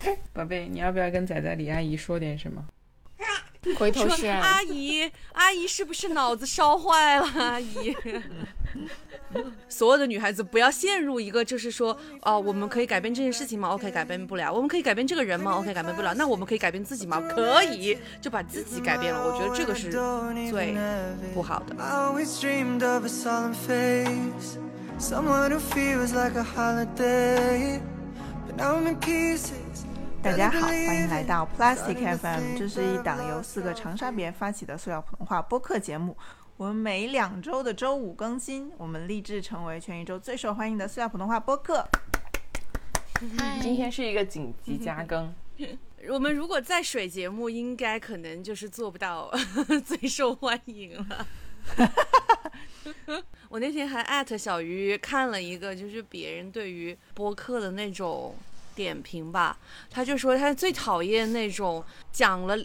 宝贝，你要不要跟仔仔李阿姨说点什么？ 回头是阿姨是不是脑子烧坏了？阿姨，所有的女孩子不要陷入一个就是说，我们可以改变这件事情吗 ？OK， 改变不了。我们可以改变这个人吗 ？OK， 改变不了。那我们可以改变自己吗？可以，就把自己改变了。我觉得这个是最不好的。 大家好，欢迎来到 Plastic FM， 这是一档由4个长沙别发起的塑料普通话播客节目。我们每2周的周5更新，我们立志成为全宇宙最受欢迎的塑料普通话播客。 今天是一个紧急加更。 我们如果在水节目，应该可能就是做不到最受欢迎了。我那天还@小鱼看了一个，就是别人对于播客的那种点评吧，他就说他最讨厌那种讲了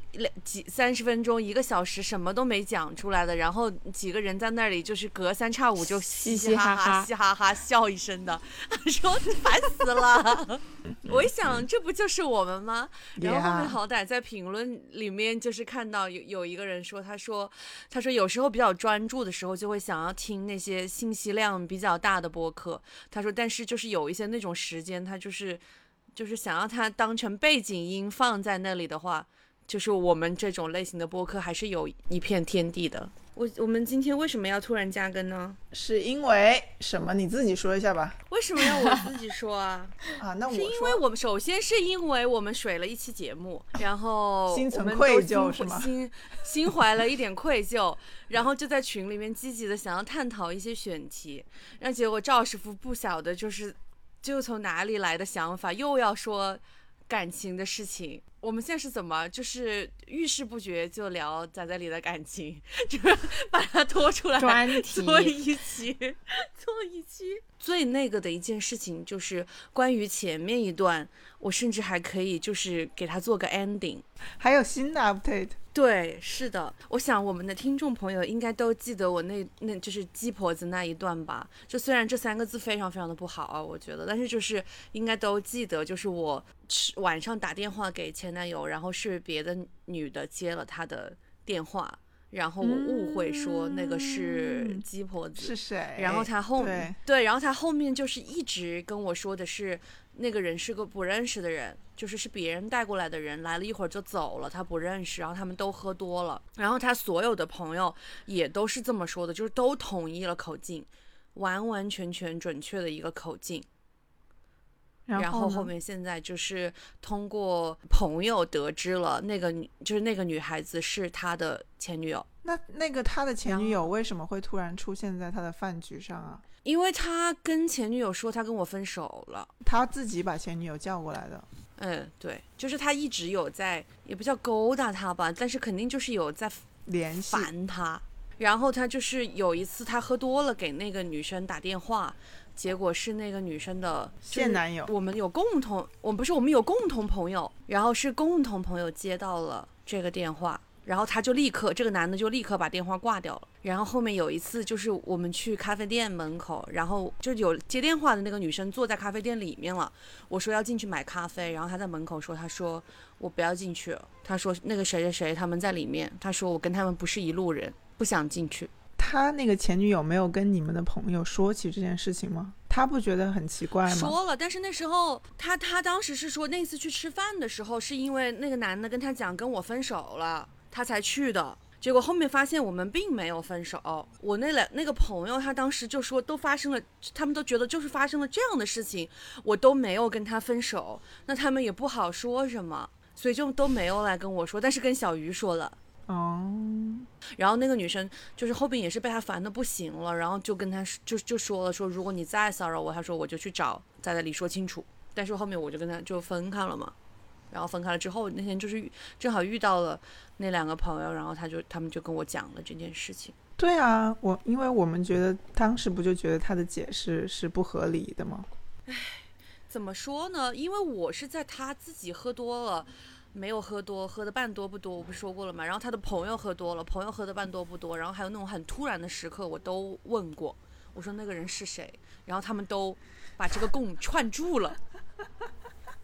30分钟1个小时什么都没讲出来的，然后几个人在那里就是隔三差五就嘻嘻哈哈嘻哈哈笑一声的，他说烦死了。我一想这不就是我们吗？然后后面好歹在评论里面就是看到有一个人说，他说有时候比较专注的时候就会想要听那些信息量比较大的播客，他说但是就是有一些那种时间他就是想要它当成背景音放在那里的话，就是我们这种类型的播客还是有一片天地的。我们今天为什么要突然加更呢？ 是因为什么？你自己说一下吧。 为什么要我自己说啊？ 那我说， 是因为我们首先是因为我们水了一期节目，然后心存愧疚是吗？ 心怀了一点愧疚，然后就在群里面积极的想要探讨一些选题，然后结果赵师傅不晓得就从哪里来的想法，又要说感情的事情。我们现在是怎么就是遇事不决就聊仔仔里的感情，就是把它拖出来专题做一期。最那个的一件事情就是关于前面一段，我甚至还可以就是给他做个 ending， 还有新的 update。 对，是的，我想我们的听众朋友应该都记得我那就是鸡婆子那一段吧。就虽然这3个字非常非常的不好啊，我觉得，但是就是应该都记得，就是我晚上打电话给前男友，然后是别的女的接了他的电话，然后我误会说那个是鸡婆子， 是谁？ 然后他然后他后面就是一直跟我说的是那个人是个不认识的人，是别人带过来的人，来了一会儿就走了，他不认识，然后他们都喝多了，然后他所有的朋友也都是这么说的，就是都统一了口径，完完全全准确的一个口径。然后后面现在就是通过朋友得知了那个女孩子是他的前女友。 那个他的前女友为什么会突然出现在他的饭局上啊？ 因为他跟前女友说他跟我分手了， 他自己把前女友叫过来的。 对，就是他一直有在，也不叫勾搭他吧，但是肯定就是有在联系烦他。然后他就是有一次他喝多了给那个女生打电话，结果是那个女生的现男友。 我们有共同朋友，然后是共同朋友接到了这个电话，然后这个男的就立刻把电话挂掉了。然后后面有一次就是我们去咖啡店门口，然后就有接电话的那个女生坐在咖啡店里面了，我说要进去买咖啡，然后她在门口说，她说我不要进去了，她说那个谁谁谁他们在里面，她说我跟他们不是一路人，不想进去。 他那个前女友没有跟你们的朋友说起这件事情吗？他不觉得很奇怪吗？ 说了，但是那时候他当时是说那次去吃饭的时候是因为那个男的跟他讲跟我分手了，他才去的。结果后面发现我们并没有分手，我那个朋友他当时就说都发生了，他们都觉得就是发生了这样的事情，我都没有跟他分手，那他们也不好说什么，所以就都没有来跟我说，但是跟小鱼说了。然后那个女生就是后边也是被他烦的不行了，然后就跟他就说了，说如果你再骚扰我，他说我就去找在那里说清楚。但是后面我就跟他就分开了嘛，然后分开了之后那天就是正好遇到了那2个朋友，然后他们就跟我讲了这件事情。 对啊，因为我们觉得当时不就觉得他的解释是不合理的吗？ 怎么说呢，因为我是在他自己喝多了没有喝多，喝的半多不多，我不是说过了吗？然后他的朋友喝多了，朋友喝的半多不多，然后还有那种很突然的时刻我都问过，我说那个人是谁，然后他们都把这个供串住了。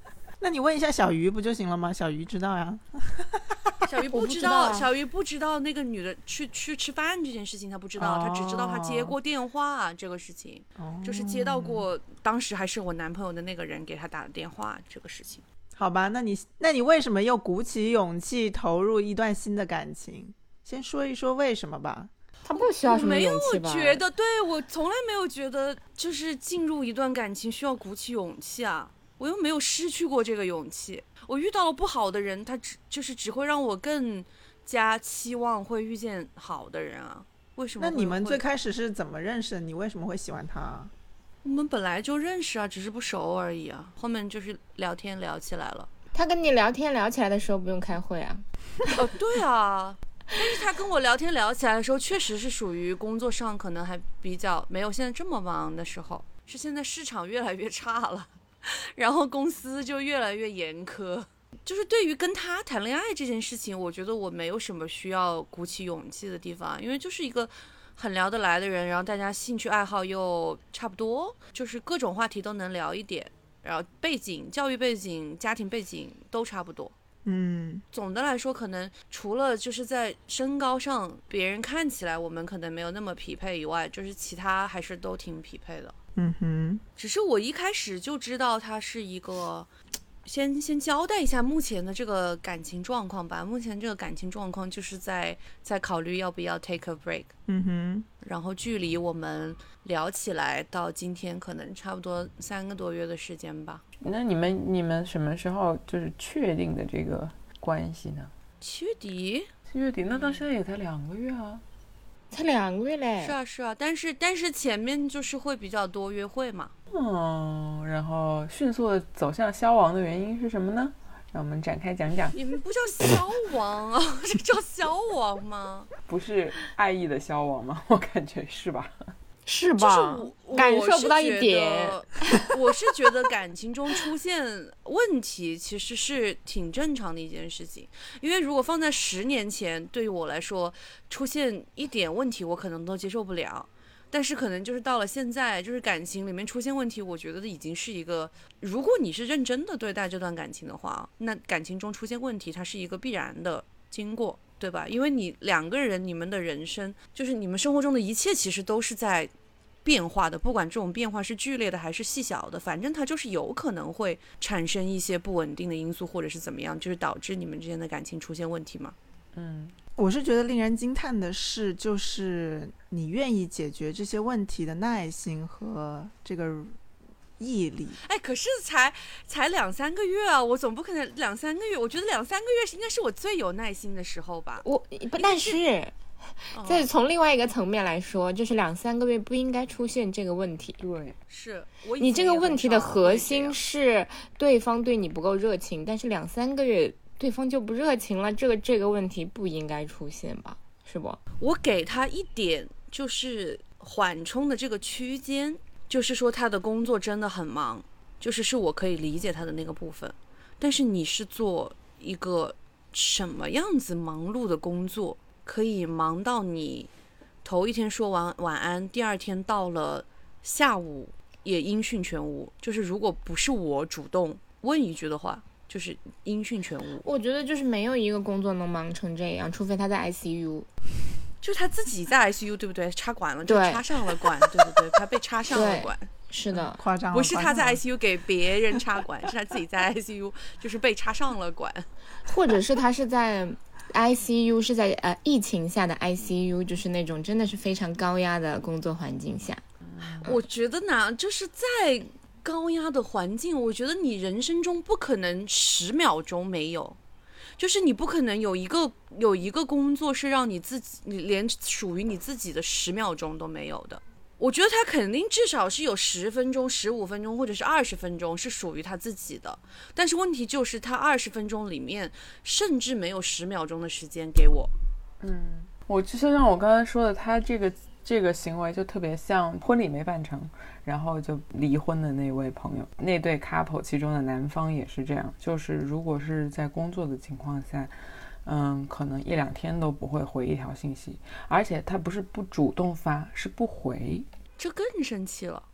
那你问一下小鱼不就行了吗？小鱼知道呀。 小鱼不知道，小鱼不知道那个女的去吃饭这件事情，她不知道，她只知道她接过电话这个事情，就是接到过当时还是我男朋友的那个人给她打的电话这个事情。 好吧，那你为什么又鼓起勇气投入一段新的感情？先说一说为什么吧。 他不需要什么勇气吧？ 我没有觉得，对，我从来没有觉得就是进入一段感情需要鼓起勇气啊，我又没有失去过这个勇气。我遇到了不好的人，他只会让我更加期望会遇见好的人啊。为什么？ 那你们最开始是怎么认识的？你为什么会喜欢他啊？ 我们本来就认识啊，只是不熟而已啊。后面就是聊天聊起来了。 他跟你聊天聊起来的时候不用开会啊？ 哦，对啊。但是他跟我聊天聊起来的时候，确实是属于工作上可能还比较没有现在这么忙的时候，是现在市场越来越差了，然后公司就越来越严苛。就是对于跟他谈恋爱这件事情，我觉得我没有什么需要鼓起勇气的地方，因为就是一个很聊得来的人，然后大家兴趣爱好又差不多，就是各种话题都能聊一点，然后背景、教育背景、家庭背景都差不多。总的来说可能除了就是在身高上别人看起来我们可能没有那么匹配以外，就是其他还是都挺匹配的。只是我一开始就知道他是一个先交代一下目前的这个感情状况吧。目前这个感情状况就是在考虑要不要 take a break。然后距离我们聊起来到今天可能差不多3个多月的时间吧。 那你们什么时候就是确定的这个关系呢？7月底，那到现在也才2个月啊。 才2个月嘞。 是啊，但是前面就是会比较多约会嘛。 然后迅速的走向消亡的原因是什么呢？让我们展开讲讲。 你们不叫消亡啊？这叫消亡吗？ 不是爱意的消亡吗？我感觉是吧？ 是吧？感受不到一点。 我是觉得感情中出现问题其实是挺正常的一件事情，因为如果放在10年前，对于我来说出现一点问题我可能都接受不了，但是可能就是到了现在，就是感情里面出现问题，我觉得已经是一个，如果你是认真的对待这段感情的话，那感情中出现问题它是一个必然的经过，对吧？因为你2个人，你们的人生就是你们生活中的一切其实都是在变化的，不管这种变化是剧烈的还是细小的，反正它就是有可能会产生一些不稳定的因素，或者是怎么样，就是导致你们之间的感情出现问题嘛。 我是觉得令人惊叹的是，就是你愿意解决这些问题的耐心和这个毅力。 可是才2-3个月啊，我总不可能2-3个月，我觉得2-3个月应该是我最有耐心的时候吧。 但是再从另外一个层面来说，就是2-3个月不应该出现这个问题。 对， 是你这个问题的核心是对方对你不够热情，但是2-3个月对方就不热情了，这个问题不应该出现吧？是不？ 我给他一点就是缓冲的这个区间，就是说他的工作真的很忙，是我可以理解他的那个部分。但是你是做一个什么样子忙碌的工作，可以忙到你头一天说完晚安，第2天到了下午也音讯全无？就是如果不是我主动问一句的话，就是音讯全无。 我觉得就是没有一个工作能忙成这样，除非他在 ICU。 就是他自己在 ICU 对不对？插管了，就插上了管，对，他被插上了管。 是的， 夸张了。 不是他在 ICU 给别人插管，是他自己在 ICU 就是被插上了管。 或者是他是在 ICU， 是在疫情下的 ICU， 就是那种真的是非常高压的工作环境下。 我觉得呢，就是在高压的环境，我觉得你人生中不可能10秒钟没有，就是你不可能有一个工作是让你自己，你连属于你自己的10秒钟都没有的。我觉得他肯定至少是有10分钟、15分钟或者是20分钟是属于他自己的，但是问题就是他20分钟里面甚至没有10秒钟的时间给我。 我就像我刚才说的，他这个行为就特别像婚礼没办成然后就离婚的那位朋友，那对 couple 其中的男方也是这样，就是如果是在工作的情况下可能1-2天都不会回一条信息，而且他不是不主动发，是不回。 这更生气了。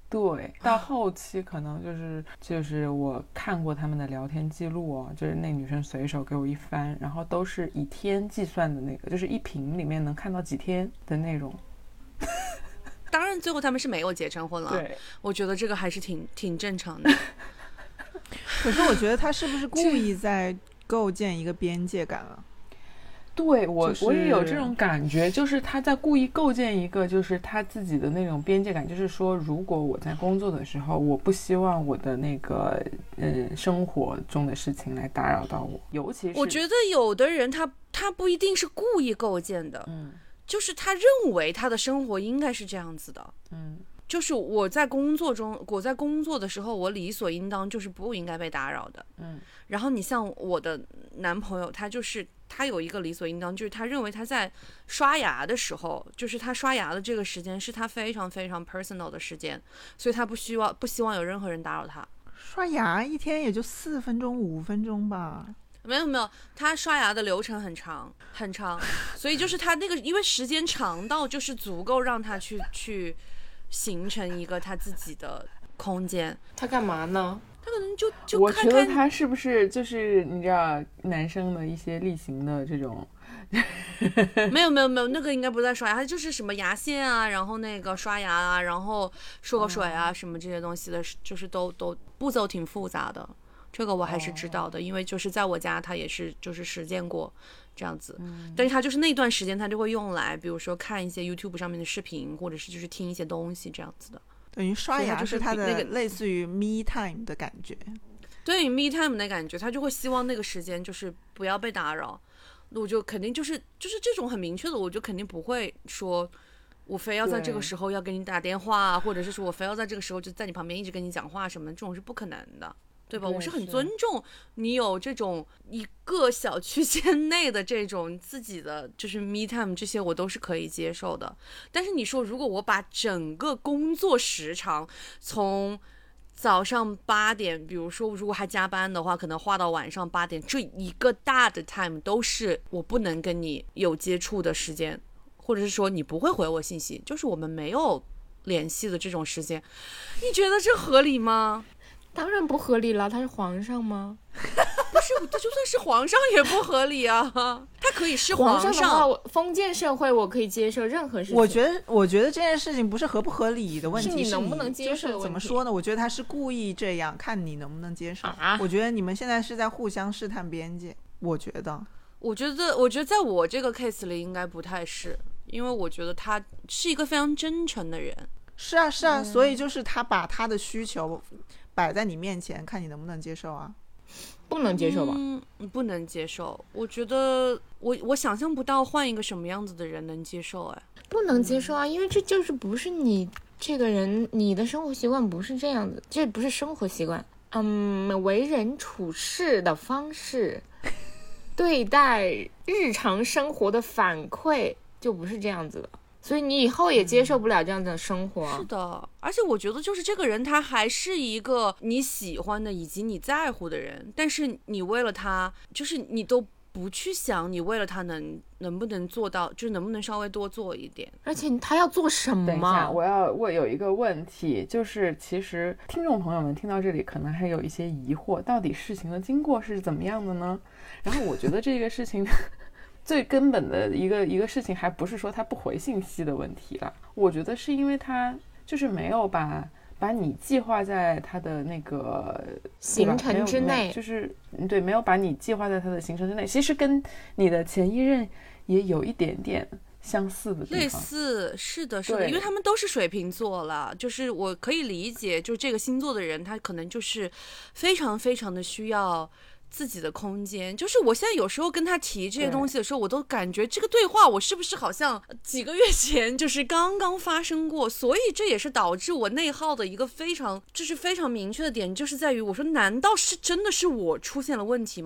对，到后期可能就是我看过他们的聊天记录哦，就是那女生随手给我一翻，然后都是以天计算的那个，就是一屏里面能看到几天的那种。 当然最后他们是没有结成婚了， 对， 我觉得这个还是挺正常的。 可是我觉得他是不是故意在构建一个边界感啊？ 对我、 就是我也有这种感觉，就是他在故意构建一个就是他自己的那种边界感，就是说如果我在工作的时候，我不希望我的那个生活中的事情来打扰到我，尤其是我觉得有的人他不一定是故意构建的，就是他认为他的生活应该是这样子的，就是我在工作的时候，我理所应当就是不应该被打扰的，然后你像我的男朋友，他有一个理所应当，就是他认为他在刷牙的时候，就是他刷牙的这个时间是他非常非常 personal 的时间，所以他不希望有任何人打扰他。 刷牙一天也就4分钟5分钟吧。 没有，他刷牙的流程很长很长，所以就是他那个因为时间长到就是足够让他去形成一个他自己的空间。 他干嘛呢？ 他可能就我觉得看看他是不是就是你知道男生的一些例行的这种没有，那个应该不在刷牙，它就是什么牙线啊，然后那个刷牙啊，然后漱口水啊，什么这些东西的，就是都步骤挺复杂的。这个我还是知道的，因为就是在我家他也是就是实践过这样子，但是他就是那段时间他就会用来，比如说看一些 YouTube 上面的视频，或者是就是听一些东西这样子的。 等于刷牙就是他的那个类似于 me time 的感觉。 对 me time 的感觉，他就会希望那个时间就是不要被打扰。我就肯定就是这种很明确的，我就肯定不会说我非要在这个时候要跟你打电话，或者是说我非要在这个时候就在你旁边一直跟你讲话什么的，这种是不可能的，对吧？我是很尊重你有这种一个小区间内的这种自己的就是 me time， 这些我都是可以接受的。但是你说如果我把整个工作时长从早上8点，比如说如果还加班的话，可能花到晚上8点，这一个大的 time 都是我不能跟你有接触的时间，或者是说你不会回我信息，就是我们没有联系的这种时间，你觉得这合理吗？ 当然不合理了，他是皇上吗？ 不是，就算是皇上也不合理啊。他可以是皇上的话，封建社会我可以接受任何事情。 我觉得这件事情不是合不合理的问题， 是你能不能接受的问题。 就是怎么说呢？我觉得他是故意这样，看你能不能接受。 啊、 我觉得你们现在是在互相试探边界。我觉得在我这个 case 里应该不太是，因为我觉得他是一个非常真诚的人。 是啊，所以就是他把他的需求摆在你面前，看你能不能接受啊。 不能接受吧？ 不能接受。我觉得我想象不到换一个什么样子的人能接受。 不能接受啊，因为这就是不是你这个人，你的生活习惯不是这样子，这不是生活习惯。为人处事的方式，对待日常生活的反馈就不是这样子的。所以你以后也接受不了这样的生活。 是的，而且我觉得就是这个人他还是一个你喜欢的以及你在乎的人，但是你为了他，就是你都不去想你为了他能不能做到，就是能不能稍微多做一点。 而且他要做什么？ 等一下，我有一个问题，就是其实听众朋友们听到这里可能还有一些疑惑，到底事情的经过是怎么样的呢？然后我觉得这个事情最根本的一个事情还不是说他不回信息的问题了，我觉得是因为他就是没有把你计划在他的那个行程之内， 就是对，没有把你计划在他的行程之内，其实跟你的前一任也有一点点相似的地方。 类似，是的，因为他们都是水瓶座了，就是我可以理解，就这个星座的人他可能就是非常非常的需要自己的空间。就是我现在有时候跟他提这些东西的时候，我都感觉这个对话我是不是好像几个月前就是刚刚发生过，所以这也是导致我内耗的一个非常明确的点，就是在于我说难道是真的是我出现了问题吗？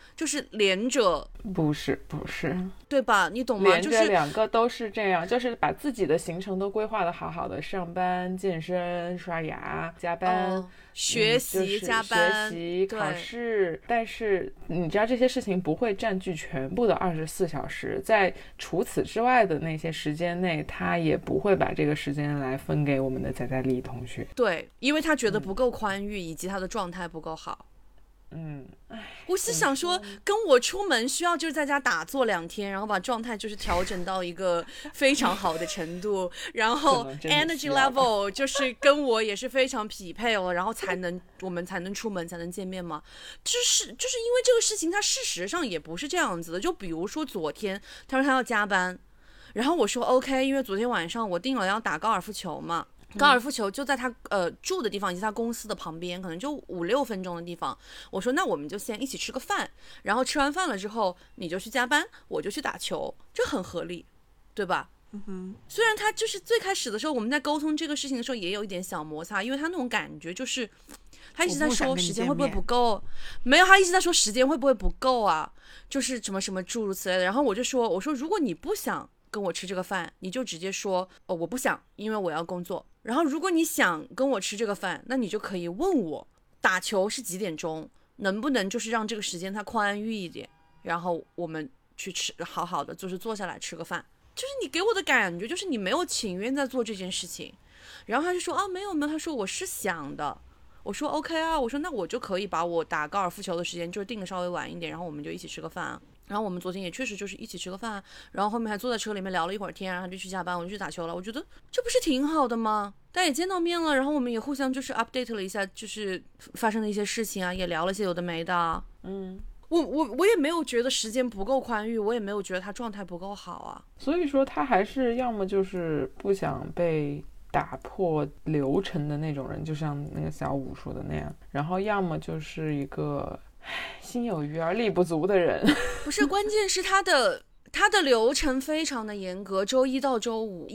就是连着， 不是， 对吧？你懂吗？ 连着两个都是这样，就是把自己的行程都规划的好好的，上班、健身、刷牙、加班、 学习、加班、 学习、考试。但是你知道这些事情不会占据全部的24小时，在除此之外的那些时间内，他也不会把这个时间来分给我们的仔仔丽同学。 对，因为他觉得不够宽裕，以及他的状态不够好。我是想说，跟我出门需要就是在家打坐2天，然后把状态就是调整到一个非常好的程度，然后 energy level 就是跟我也是非常匹配了，然后我们才能出门，才能见面嘛。就是因为这个事情，它事实上也不是这样子的。就比如说昨天，他说他要加班，然后我说 OK， 因为昨天晚上我定了要打高尔夫球嘛。高尔夫球就在他住的地方以及他公司的旁边，可能就5-6分钟的地方。我说那我们就先一起吃个饭，然后吃完饭了之后你就去加班，我就去打球，这很合理，对吧？虽然他就是最开始的时候我们在沟通这个事情的时候也有一点小摩擦，因为他那种感觉就是他一直在说时间会不会不够，没有，他一直在说时间会不会不够啊，就是什么什么诸如此类的。然后我说如果你不想跟我吃这个饭，你就直接说我不想，因为我要工作。然后如果你想跟我吃这个饭，那你就可以问我打球是几点钟，能不能就是让这个时间它宽裕一点，然后我们去吃，好好的就是坐下来吃个饭。就是你给我的感觉就是你没有情愿在做这件事情。然后他就说没有，他说我是想的。我说 OK 啊，我说那我就可以把我打高尔夫球的时间就是定的稍微晚一点，然后我们就一起吃个饭啊。然后我们昨天也确实就是一起吃个饭，然后后面还坐在车里面聊了一会儿天，然后就去加班，我就去打球了。我觉得这不是挺好的吗？大家也见到面了，然后我们也互相就是 update 了一下，就是发生的一些事情啊，也聊了一些有的没的。我也没有觉得时间不够宽裕，我也没有觉得他状态不够好啊。 所以说他还是要么就是不想被打破流程的那种人，就像那个小五说的那样，然后要么就是一个心有余而力不足的人。 不是，关键是他的流程非常的严格，周一到周五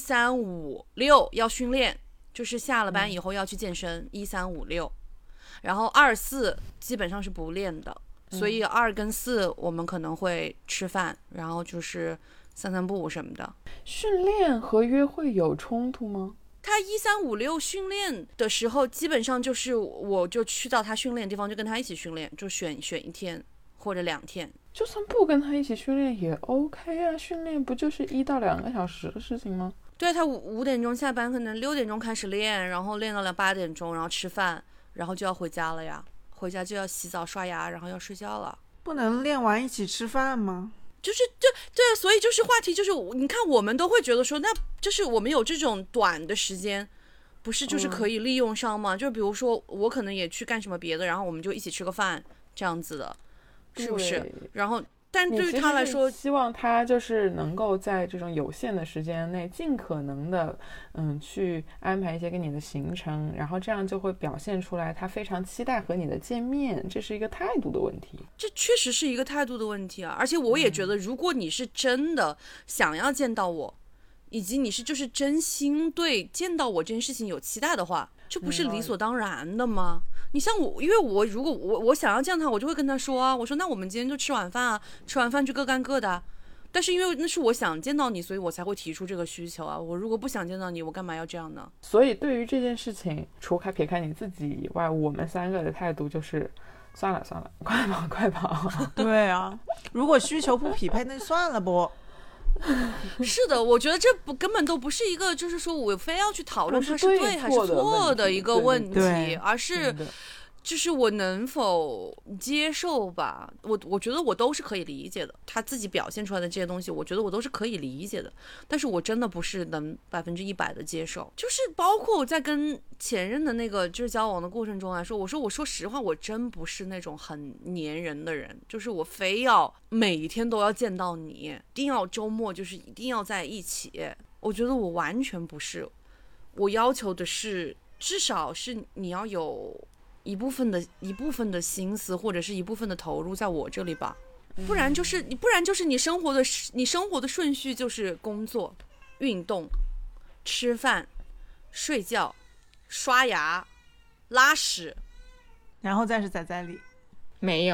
1、3、5、6要训练，就是下了班以后要去健身1、3、5、6，然后2、4基本上是不练的，所以2跟4我们可能会吃饭，然后就是散散步什么的。 训练和约会有冲突吗？ 他1、3、5、6训练的时候，基本上就是我就去到他训练的地方，就跟他一起训练，就选1天或者2天。 就算不跟他一起训练也 OK 啊，训练不就是1到2个小时的事情吗？ 对，他5点钟下班，可能6点钟开始练，然后练到8点钟，然后吃饭，然后就要回家了呀。回家就要洗澡刷牙，然后要睡觉了。 不能练完一起吃饭吗？ 就是对，所以就是话题就是，你看我们都会觉得说，那就是我们有这种短的时间，不是就是可以利用上吗？就比如说我可能也去干什么别的，然后我们就一起吃个饭这样子的，是不是？然后但对于他来说， 希望他就是能够在这种有限的时间内尽可能的去安排一些跟你的行程，然后这样就会表现出来他非常期待和你的见面，这是一个态度的问题。 这确实是一个态度的问题啊！而且我也觉得，如果你是真的想要见到我，以及你是就是真心对见到我这件事情有期待的话，这不是理所当然的吗？你像我，因为我如果我想要见他，我就会跟他说啊，我说那我们今天就吃晚饭啊，吃完饭就各干各的。但是因为那是我想见到你，所以我才会提出这个需求啊。我如果不想见到你，我干嘛要这样呢？ 所以对于这件事情，撇开你自己以外，我们3个的态度就是算了，快跑。 对啊，如果需求不匹配，那就算了不。 是的，我觉得这根本都不是一个就是说我非要去讨论它是对还是错的一个问题，而是就是我能否接受吧。我觉得我都是可以理解的，他自己表现出来的这些东西，我觉得我都是可以理解的，但是我真的不是能100%的接受。就是包括我在跟前任的那个就是交往的过程中来说，我说实话，我真不是那种很黏人的人，就是我非要每一天都要见到你，一定要周末就是一定要在一起，我觉得我完全不是。我要求的是至少是你要有一部分的心思或者是一部分的投入在我这里吧，不然就是你生活的顺序就是工作、运动、吃饭、睡觉、刷牙、拉屎， 然后再是仔仔里。 没有，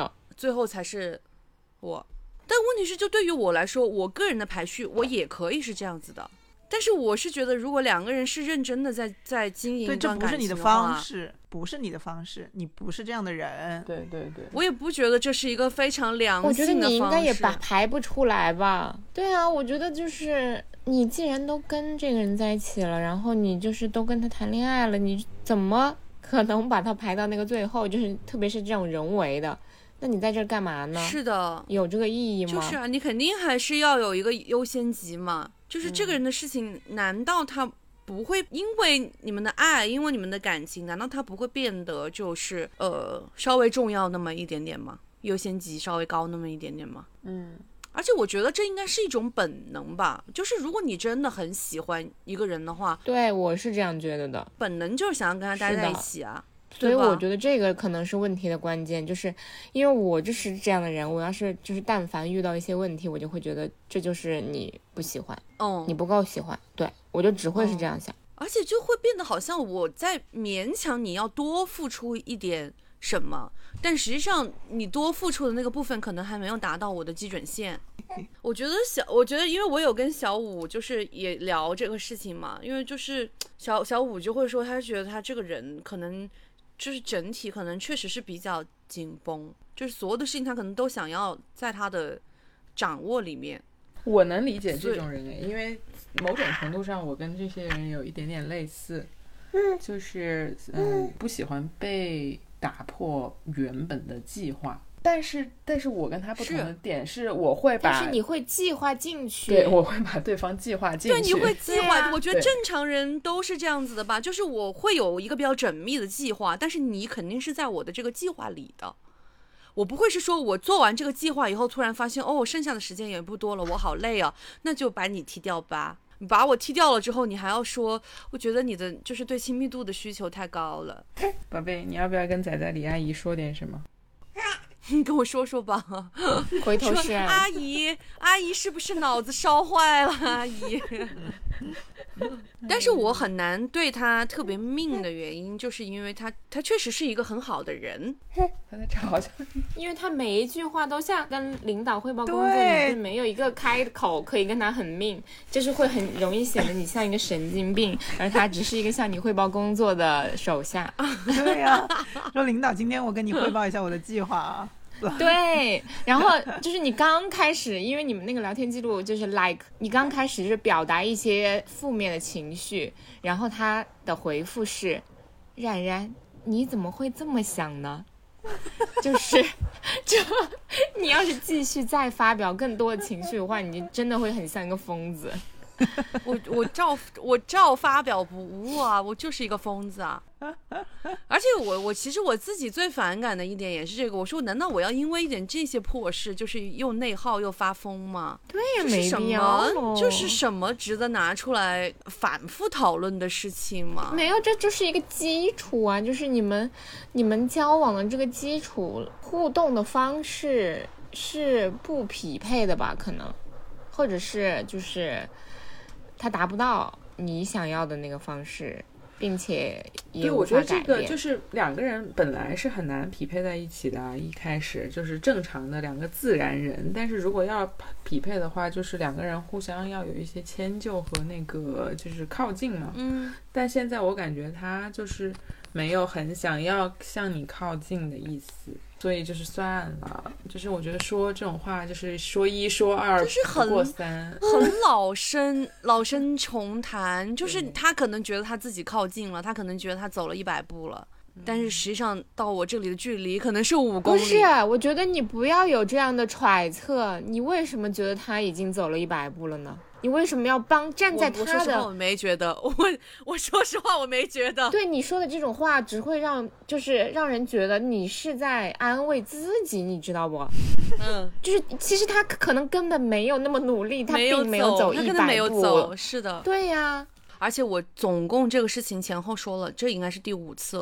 最后才是我。但问题是，就对于我来说，我个人的排序，我也可以是这样子的。但是我是觉得，如果两个人是认真的在经营一段感情的话， 这不是你的方式，不是你的方式，你不是这样的人。 对对对， 我也不觉得这是一个非常良性的方式。 我觉得你应该也排不出来吧？对啊，我觉得就是你既然都跟这个人在一起了，然后你就是都跟他谈恋爱了，你怎么可能把他排到那个最后？就是特别是这种人为的。那你在这儿干嘛呢？ 是的， 有这个意义吗？ 就是啊，你肯定还是要有一个优先级嘛。就是这个人的事情，难道他不会因为你们的爱，因为你们的感情，难道他不会变得就是稍微重要那么一点点吗？优先级稍微高那么一点点吗？而且我觉得这应该是一种本能吧，就是如果你真的很喜欢一个人的话， 对，我是这样觉得的， 本能就是想要跟他待在一起啊。 所以我觉得这个可能是问题的关键，就是因为我就是这样的人，我要是就是但凡遇到一些问题，我就会觉得这就是你不喜欢，你不够喜欢，对，我就只会是这样想， 而且就会变得好像我在勉强你要多付出一点什么，但实际上你多付出的那个部分可能还没有达到我的基准线。我觉得因为我有跟小五就是也聊这个事情嘛，因为就是小五就会说他觉得他这个人可能就是整体可能确实是比较紧绷，就是所有的事情他可能都想要在他的掌握里面。 我能理解这种人因为某种程度上我跟这些人有一点点类似，就是不喜欢被打破原本的计划。但是我跟他不同的点是我会把， 但是你会计划进去， 对，我会把对方计划进去。 对，你会计划，我觉得正常人都是这样子的吧，就是我会有一个比较缜密的计划，但是你肯定是在我的这个计划里的，我不会是说我做完这个计划以后突然发现剩下的时间也不多了，我好累啊，那就把你踢掉吧。你把我踢掉了之后，你还要说我觉得你的就是对亲密度的需求太高了。 宝贝，你要不要跟仔仔李阿姨说点什么？ 你跟我说说吧。 回头是阿姨是不是脑子烧坏了？阿姨。但是我很难对他特别命的原因，就是因为他确实是一个很好的人。 他在吵，好像因为他每一句话都像跟领导汇报工作，你就没有一个开口可以跟他很命，就是会很容易显得你像一个神经病，而他只是一个向你汇报工作的手下。 对呀，说领导，今天我跟你汇报一下我的计划啊。 对，然后就是你刚开始，因为你们那个聊天记录就是 你刚开始是表达一些负面的情绪，然后他的回复是冉冉你怎么会这么想呢？就你要是继续再发表更多的情绪的话，你真的会很像一个疯子。 我照发表不误啊，我就是一个疯子啊。而且我其实我自己最反感的一点也是这个，我说难道我要因为一点这些破事就是又内耗又发疯吗？ 对呀，没必要， 就是什么值得拿出来反复讨论的事情吗？ 没有，这就是一个基础啊，就是你们交往的这个基础互动的方式是不匹配的吧？可能，或者是就是他达不到你想要的那个方式，并且也无法改变。对，我觉得这个就是两个人本来是很难匹配在一起的，一开始就是正常的两个自然人，但是如果要匹配的话，就是两个人互相要有一些迁就和那个就是靠近嘛。但现在我感觉他就是没有很想要向你靠近的意思。所以就是算了，就是我觉得说这种话就是说一说二不过三， 很老生重谈。就是他可能觉得他自己靠近了，他可能觉得他走了100步了，但是实际上到我这里的距离可能是5公里。 不是，我觉得你不要有这样的揣测，你为什么觉得他已经走了100步了呢？你为什么要站在他的？ 我说实话，我没觉得。我说实话，我没觉得。 对，你说的这种话只会让人觉得你是在安慰自己，你知道不？就是其实他可能根本没有那么努力，他并没有走100步， 他根本没有走，是的。 对呀。 而且我总共这个事情前后说了，这应该是第5次了。但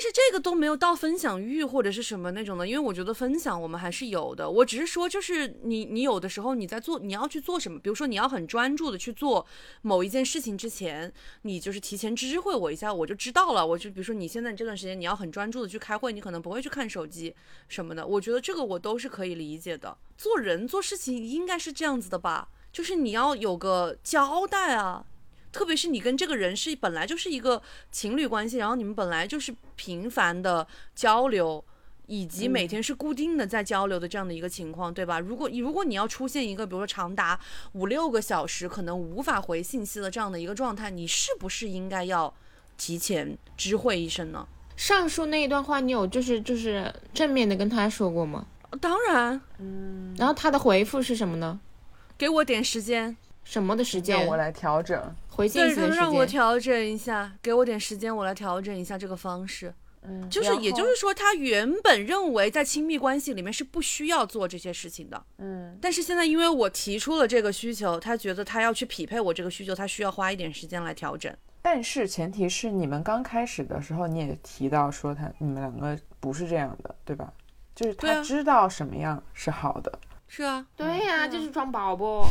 是这个都没有到分享欲或者是什么那种的，因为我觉得分享我们还是有的。我只是说，就是你有的时候你在做，你要去做什么，比如说你要很专注的去做某一件事情之前，你就是提前知会我一下，我就知道了。我就比如说你现在这段时间你要很专注的去开会，你可能不会去看手机什么的，我觉得这个我都是可以理解的。做人做事情应该是这样子的吧，就是你要有个交代啊。特别是你跟这个人是本来就是一个情侣关系，然后你们本来就是频繁的交流，以及每天是固定的在交流的这样的一个情况，对吧？如果你要出现一个比如说长达5-6个小时可能无法回信息的这样的一个状态，你是不是应该要提前知会一声呢？ 上述那一段话你有就是正面的跟他说过吗？ 当然。 然后他的回复是什么呢？ 给我点时间。 什么的时间？ 让我来调整回信息的时间。 让我调整一下，给我点时间，我来调整一下这个方式。就是也就是说，他原本认为在亲密关系里面是不需要做这些事情的。但是现在因为我提出了这个需求，他觉得他要去匹配我这个需求，他需要花一点时间来调整。 但是前提是你们刚开始的时候你也提到说你们两个不是这样的，对吧？就是他知道什么样是好的。 是啊， 对呀，就是装宝宝。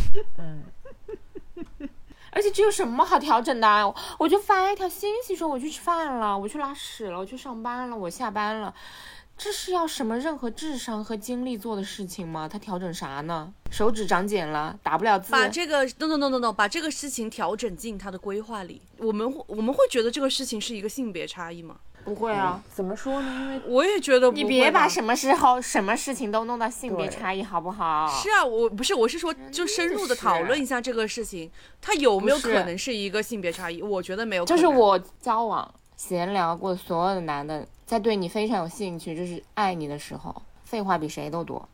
而且这有什么好调整的？我就发一条信息说我去吃饭了，我去拉屎了，我去上班了，我下班了，这是要什么任何智商和精力做的事情吗？他调整啥呢？手指长茧了，打不了字。 把这个 no， 把这个事情调整进他的规划里。我们会觉得这个事情是一个性别差异吗？ 不会啊。 怎么说呢？因为我也觉得不会。 你别把什么时候什么事情都弄到性别差异好不好？ 是啊，我是说就深入的讨论一下这个事情，它有没有可能是一个性别差异？我觉得没有可能。 就是我交往闲聊过所有的男的，在对你非常有兴趣，就是爱你的时候，废话比谁都多。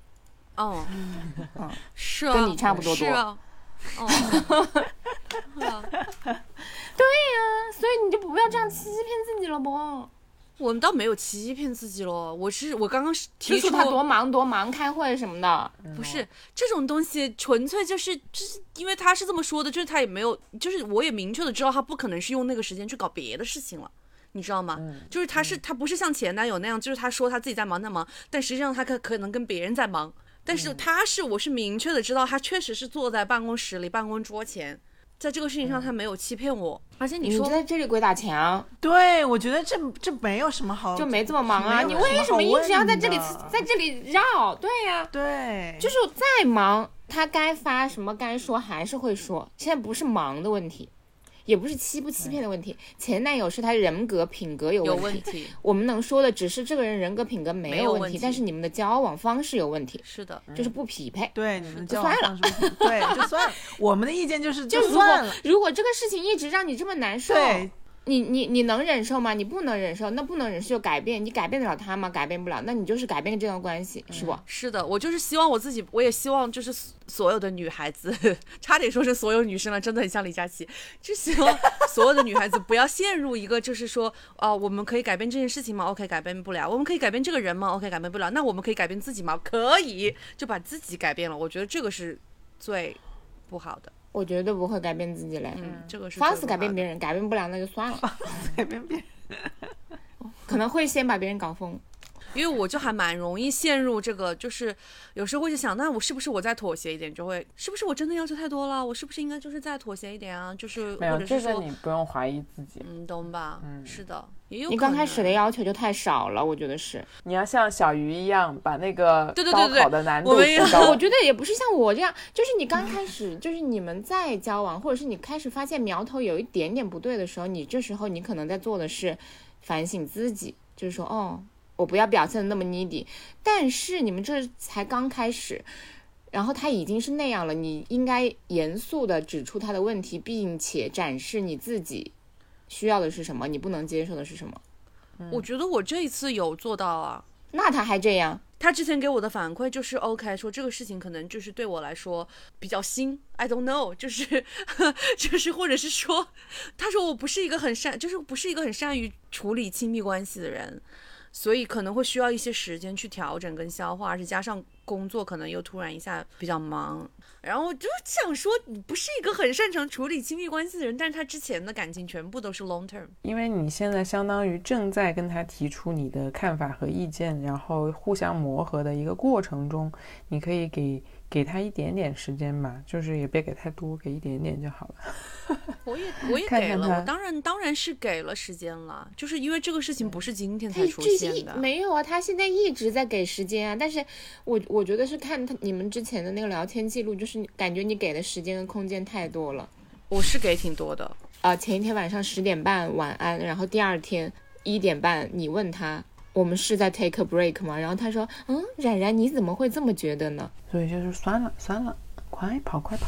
是啊， 跟你差不多多。 是啊。 对呀，所以你就不要这样欺骗自己了不？ 我们倒没有欺骗自己了，我刚刚提出他多忙开会什么的， 不是这种东西，纯粹就是因为他是这么说的，就是他也没有，就是我也明确的知道他不可能是用那个时间去搞别的事情了，你知道吗？就是他不是像前男友那样，就是他说他自己在忙，但实际上他可能跟别人在忙，但是我是明确的知道他确实是坐在办公室里办公桌前。在这个事情上他没有欺骗我，而且你说你在这里鬼打墙。 对，我觉得这没有什么好， 就没这么忙啊！你为什么一直要在这里绕？对呀， 对， 就是再忙，他该发什么该说还是会说。现在不是忙的问题，也不是欺不欺骗的问题。前男友是他人格品格有问题，我们能说的只是这个人人格品格没有问题，但是你们的交往方式有问题。 是的， 就是不匹配。 对，你们的交往方式不匹配，对，就算了。我们的意见就算了。 如果这个事情一直让你这么难受， 对。 你能忍受吗？你不能忍受，那不能忍受就改变。你改变得了他吗？改变不了，那你就是改变这段关系，是不？ 是的，我就是希望我也希望就是所有的女孩子，差点说是所有女生了，真的很像李佳琦，就希望所有的女孩子不要陷入一个就是说，我们可以改变这件事情吗 ？OK， 改变不了。我们可以改变这个人吗 ？OK， 改变不了。那我们可以改变自己吗？可以，就把自己改变了。我觉得这个是最不好的。 我绝对不会改变自己嘞， 这个是方式改变别人，改变不了那就算了。 改变别人， 可能会先把别人搞疯。 因为我就还蛮容易陷入这个，就是有时候会想，那我是不是我再妥协一点，就会是不是我真的要求太多了？我是不是应该就是再妥协一点啊？就是没有， 或者是说这个你不用怀疑自己， 懂吧？是的，也有可能。 你刚开始的要求就太少了，我觉得是。 你要像小鱼一样把那个高考的难度提高。 我觉得也不是像我这样，就是你刚开始，就是你们在交往，或者是你开始发现苗头有一点点不对的时候，这时候你可能在做的是反省自己，就是说，我不要表现的那么 needy， 但是你们这才刚开始，然后他已经是那样了，你应该严肃的指出他的问题，并且展示你自己需要的是什么，你不能接受的是什么。 我觉得我这一次有做到啊。 那他还这样？ 他之前给我的反馈就是 OK， 说这个事情可能就是对我来说比较新 ，I don't know， 就是或者是说，他说我不是一个很善于处理亲密关系的人。所以可能会需要一些时间去调整跟消化，而且加上工作可能又突然一下比较忙，然后我就想说你不是一个很擅长处理亲密关系的人，但是他之前的感情全部都是 long term。 因为你现在相当于正在跟他提出你的看法和意见，然后互相磨合的一个过程中，你可以给他一点点时间吧，就是也别给太多，给一点点就好了。 我也给了，我当然是给了时间了，就是因为这个事情不是今天才出现的。 没有啊，他现在一直在给时间啊，但是我觉得是看你们之前的那个聊天记录，就是感觉你给的时间跟空间太多了。 我是给挺多的。 前一天晚上10点半晚安，然后第二天1点半你问他我们是在 take a break 吗？然后他说冉冉你怎么会这么觉得呢？ 所以就是算了，快跑快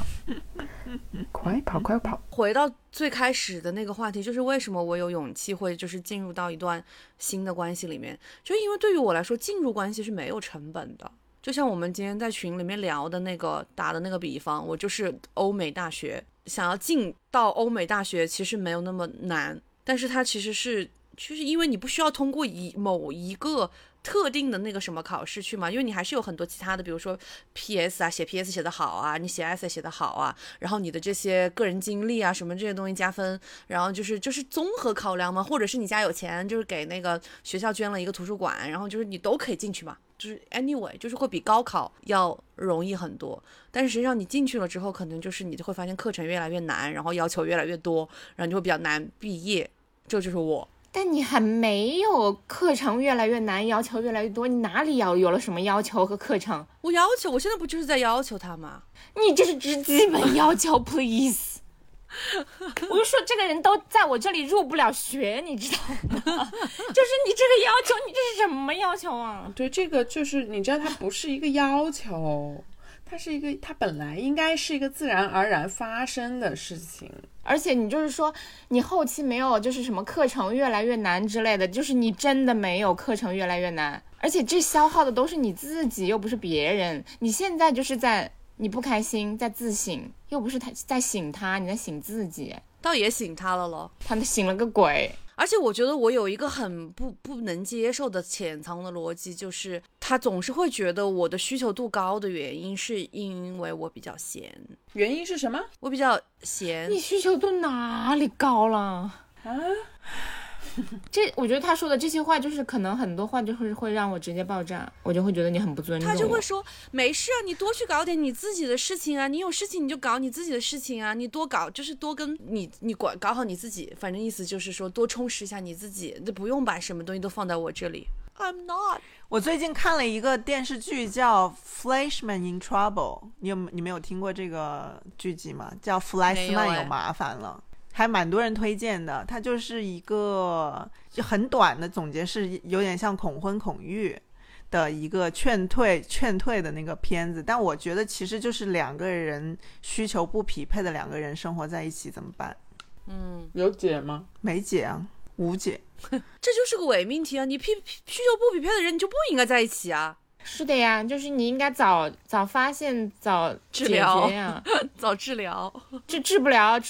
跑。 回到最开始的那个话题，就是为什么我有勇气会就是进入到一段新的关系里面，就因为对于我来说进入关系是没有成本的。就像我们今天在群里面聊的那个打的那个比方，我就是欧美大学，想要进到欧美大学其实没有那么难，但是它其实是就是因为你不需要通过某一个特定的那个什么考试去嘛，因为你还是有很多其他的，比如说 PS 啊，写 PS 写得好啊，你写 essay 写得好啊，然后你的这些个人经历啊什么这些东西加分，然后就是综合考量嘛，或者是你家有钱，就是给那个学校捐了一个图书馆，然后就是你都可以进去嘛，就是 anyway 就是会比高考要容易很多。但是实际上你进去了之后，可能就是你就会发现课程越来越难，然后要求越来越多，然后你就会比较难毕业。这就是我。 但你还没有课程越来越难，要求越来越多，你哪里有了什么要求和课程？ 我现在不就是在要求他吗？ 你这是基本要求 please 我就说这个人都在我这里入不了学，你知道吗？就是你这个要求，你这是什么要求啊？ 对，这个就是你知道它不是一个要求，它本来应该是一个自然而然发生的事情。 而且你就是说你后期没有就是什么课程越来越难之类的，就是你真的没有课程越来越难，而且这消耗的都是你自己，又不是别人。你现在就是你不开心在自省，又不是他在省他，你在省自己。 倒也醒他了咯， 他醒了个鬼。 而且我觉得我有一个很不能接受的潜藏的逻辑，就是他总是会觉得我的需求度高的原因是因为我比较闲。 原因是什么？ 我比较闲。 你需求度哪里高了啊？我觉得他说的这些话，就是可能很多话就是会让我直接爆炸，我就会觉得你很不尊重我。 他就会说没事啊，你多去搞点你自己的事情啊，你有事情你就搞你自己的事情啊，你多搞就是多跟你搞好你自己，反正意思就是说多充实一下你自己，就不用把什么东西都放在我这里。I'm not。 我最近看了一个电视剧叫 Flashman in Trouble， 你没有听过这个剧集吗？叫弗莱斯曼有麻烦了，还蛮多人推荐的。它就是一个就很短的总结，是有点像恐婚恐育的一个劝退的那个片子。但我觉得其实就是两个人需求不匹配的两个人生活在一起怎么办？ 有解吗？ 没解啊，无解。 这就是个伪命题啊！你需求不匹配的人，你就不应该在一起啊！ 是的呀，就是你应该早发现，早解决呀， 早治疗。 治不了，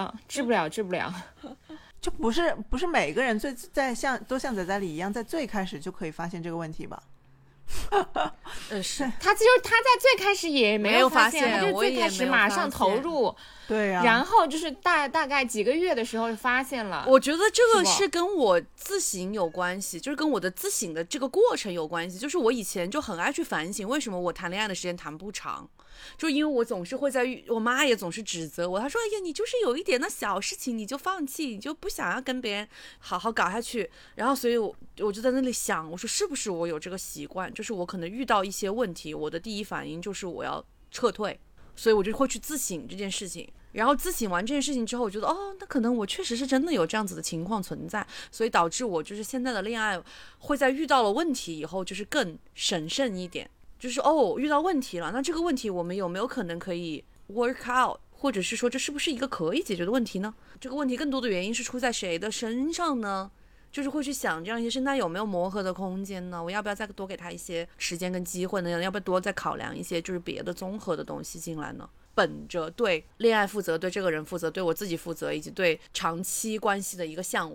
就不是每个人都像仔仔里一样，在最开始就可以发现这个问题吧？ 是他在最开始也没有发现，他就是最开始马上投入， 对呀、 然后就是大概几个月的时候发现了。 我觉得这个是跟我自省有关系，就是跟我的自省的这个过程有关系。就是我以前就很爱去反省，为什么我谈恋爱的时间谈不长，就因为我总是会我妈也总是指责我，她说：“哎呀，你就是有一点那小事情你就放弃，你就不想要跟别人好好搞下去。”然后所以我就在那里想，我说是不是我有这个习惯，就是我可能遇到一些问题，我的第一反应就是我要撤退，所以我就会去自省这件事情。然后自省完这件事情之后，我觉得那可能我确实是真的有这样子的情况存在，所以导致我就是现在的恋爱会在遇到了问题以后就是更审慎一点，就是遇到问题了，那这个问题我们有没有可能可以 work out， 或者是说这是不是一个可以解决的问题呢？这个问题更多的原因是出在谁的身上呢？就是会去想这样一些事，那有没有磨合的空间呢？我要不要再多给他一些时间跟机会呢？要不要多再考量一些就是别的综合的东西进来呢？本着对恋爱负责、对这个人负责、对我自己负责，以及对长期关系的一个向往，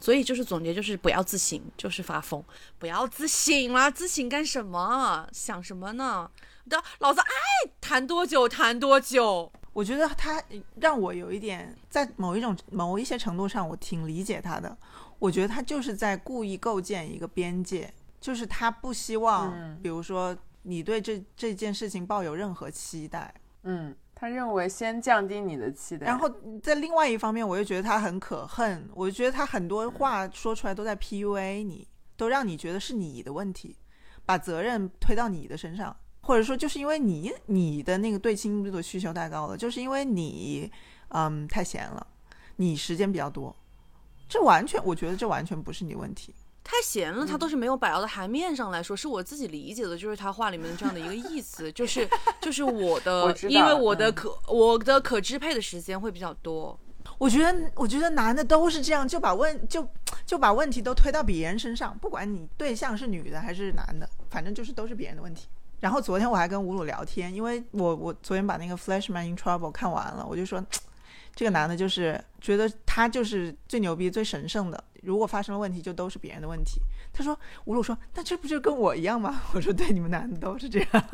所以就是总结就是不要自省，就是发疯，不要自省了，自省干什么？想什么呢？老子爱谈多久谈多久。 我觉得他让我有一点在某一些程度上我挺理解他的，我觉得他就是在故意构建一个边界，就是他不希望比如说你对这件事情抱有任何期待， 他认为先降低你的期待， 然后在另外一方面我又觉得他很可恨，我觉得他很多话说出来都在 PUA 你，都让你觉得是你的问题，把责任推到你的身上，或者说就是因为你的那个对亲密度的需求太高了，就是因为你太闲了，你时间比较多，我觉得这完全不是你问题。 太闲了，他都是没有摆到台面上来说，是我自己理解的，就是他话里面的这样的一个意思，就是我的，因为我的可支配的时间会比较多。 我觉得男的都是这样，就把问题都推到别人身上，不管你对象是女的还是男的，反正就是都是别人的问题。然后昨天我还跟吴鲁聊天，因为我昨天把那个 Flashman in Trouble 看完了，我就说这个男的就是觉得他就是最牛逼最神圣的，如果发生了问题就都是别人的问题。他说吴鲁说那这不就跟我一样吗？我说对，你们男的都是这样。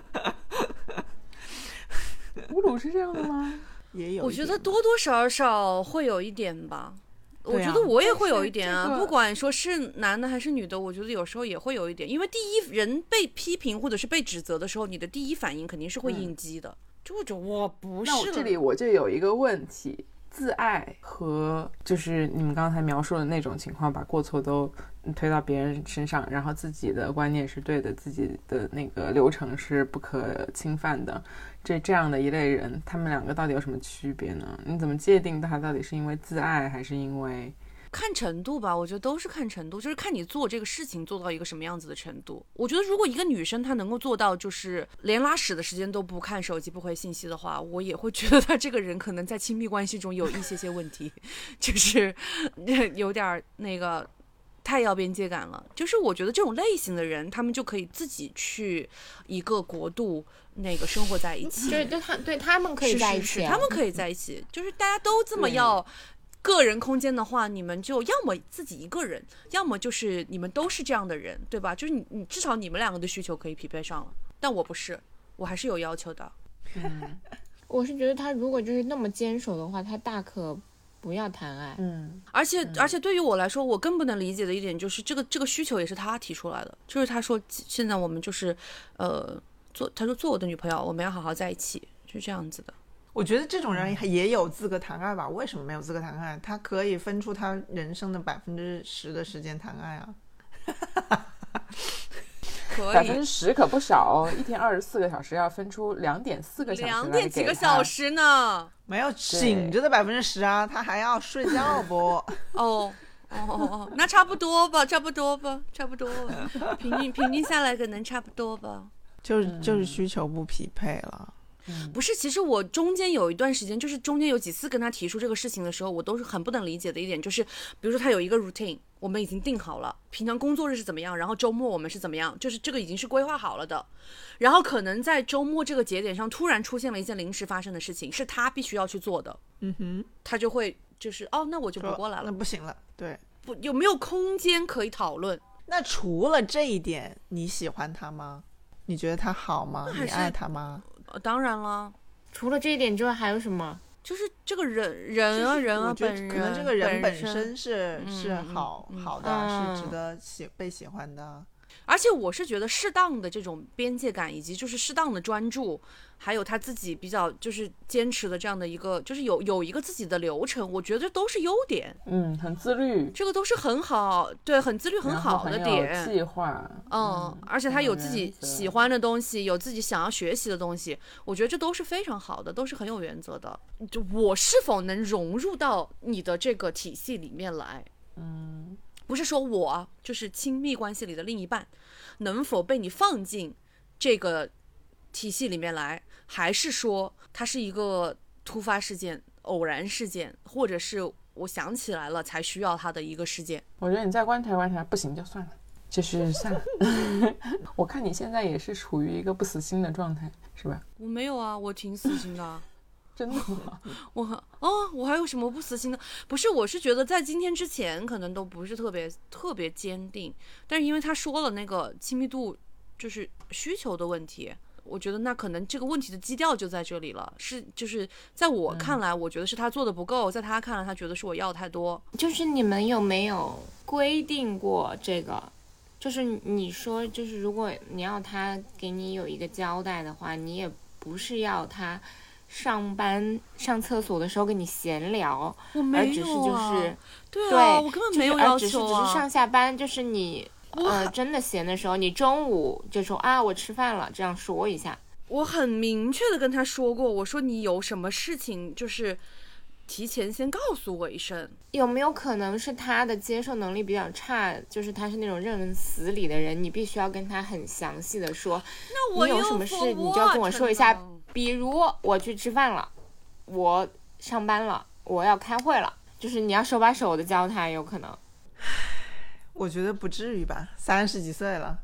吴鲁是这样的吗？ 也有， 我觉得多多少少会有一点吧。我觉得我也会有一点啊，不管说是男的还是女的，我觉得有时候也会有一点，因为第一人被批评或者是被指责的时候，你的第一反应肯定是会应激的。就我不是。 那我这里我就有一个问题，自爱和就是你们刚才描述的那种情况，把过错都推到别人身上，然后自己的观念是对的，自己的那个流程是不可侵犯的，这样的一类人，他们两个到底有什么区别呢？你怎么界定他到底是因为自爱还是因为？ 看程度吧，我觉得都是看程度，就是看你做这个事情做到一个什么样子的程度。我觉得如果一个女生她能够做到就是连拉屎的时间都不看手机不回信息的话，我也会觉得她这个人可能在亲密关系中有一些问题，就是有点那个太要边界感了。就是我觉得这种类型的人，他们就可以自己去一个国度那个生活在一起， 对他们可以在一起， 他们可以在一起，就是大家都这么要个人空间的话，你们就要么自己一个人，要么就是你们都是这样的人，对吧？就是你至少你们两个的需求可以匹配上了，但我不是，我还是有要求的。 我是觉得他如果就是那么坚守的话，他大可不要谈爱。 而且对于我来说，我更不能理解的一点就是这个需求也是他提出来的，就是他说现在我们就是他说做我的女朋友，我们要好好在一起，就是这样子的。 我觉得这种人也有资格谈爱吧？为什么没有资格谈爱？他可以分出他人生的10%的时间谈爱啊。 可以 10%可不少，一天24个小时要分出2.4个小时 2点几个小时呢？ 没有醒着的10%啊，他还要睡觉不？ 哦，那差不多吧，平均下来可能差不多吧。 就是需求不匹配了。 不是，其实我中间有一段时间，就是中间有几次跟他提出这个事情的时候，我都是很不能理解的一点，就是比如说他有一个 routine， 我们已经定好了，平常工作日是怎么样，然后周末我们是怎么样，就是这个已经是规划好了的。然后可能在周末这个节点上突然出现了一件临时发生的事情，是他必须要去做的。他就会就是那我就不过来了， 那不行了。对， 不有没有空间可以讨论？ 那除了这一点，你喜欢他吗？你觉得他好吗？你爱他吗？ 当然了， 除了这一点之外还有什么？ 就是这个人啊，本人可能这个人本身是好的，是值得被喜欢的。 而且我是觉得适当的这种边界感，以及就是适当的专注，还有他自己比较就是坚持的这样的一个，就是有一个自己的流程，我觉得都是优点。 很自律， 这个都是很好，对，很自律很好的点。 很有计划。 而且他有自己喜欢的东西，有自己想要学习的东西，我觉得这都是非常好的，都是很有原则的。就我是否能融入到你的这个体系里面来？不是说我就是亲密关系里的另一半能否被你放进这个体系里面来，还是说它是一个突发事件、偶然事件，或者是我想起来了才需要它的一个事件？ 我觉得你再观察观察，不行就算了，就是算了。我看你现在也是处于一个不死心的状态，是吧？ 我没有啊，我挺死心的。 真的吗？ 我还有什么不死心的？不是，我是觉得在今天之前可能都不是特别坚定，但是因为他说了那个亲密度就是需求的问题，我觉得那可能这个问题的基调就在这里了，就是在我看来，我觉得是他做的不够，在他看来，他觉得是我要太多。 就是你们有没有规定过这个？就是你说，就是如果你要他给你有一个交代的话，你也不是要他上班上厕所的时候跟你闲聊， 我没有啊， 而只是就是对啊，我根本没有要只是求啊， 上下班，就是你真的闲的时候，你中午就说啊我吃饭了，这样说一下。 我很明确的跟他说过，我说你有什么事情就是提前先告诉我一声。 有没有可能是他的接受能力比较差，就是他是那种认死理的人，你必须要跟他很详细的说， 那我你有什么事你就要跟我说一下，比如我去吃饭了，我上班了，我要开会了，就是你要手把手的教他，有可能。 我觉得不至于吧，30几岁了。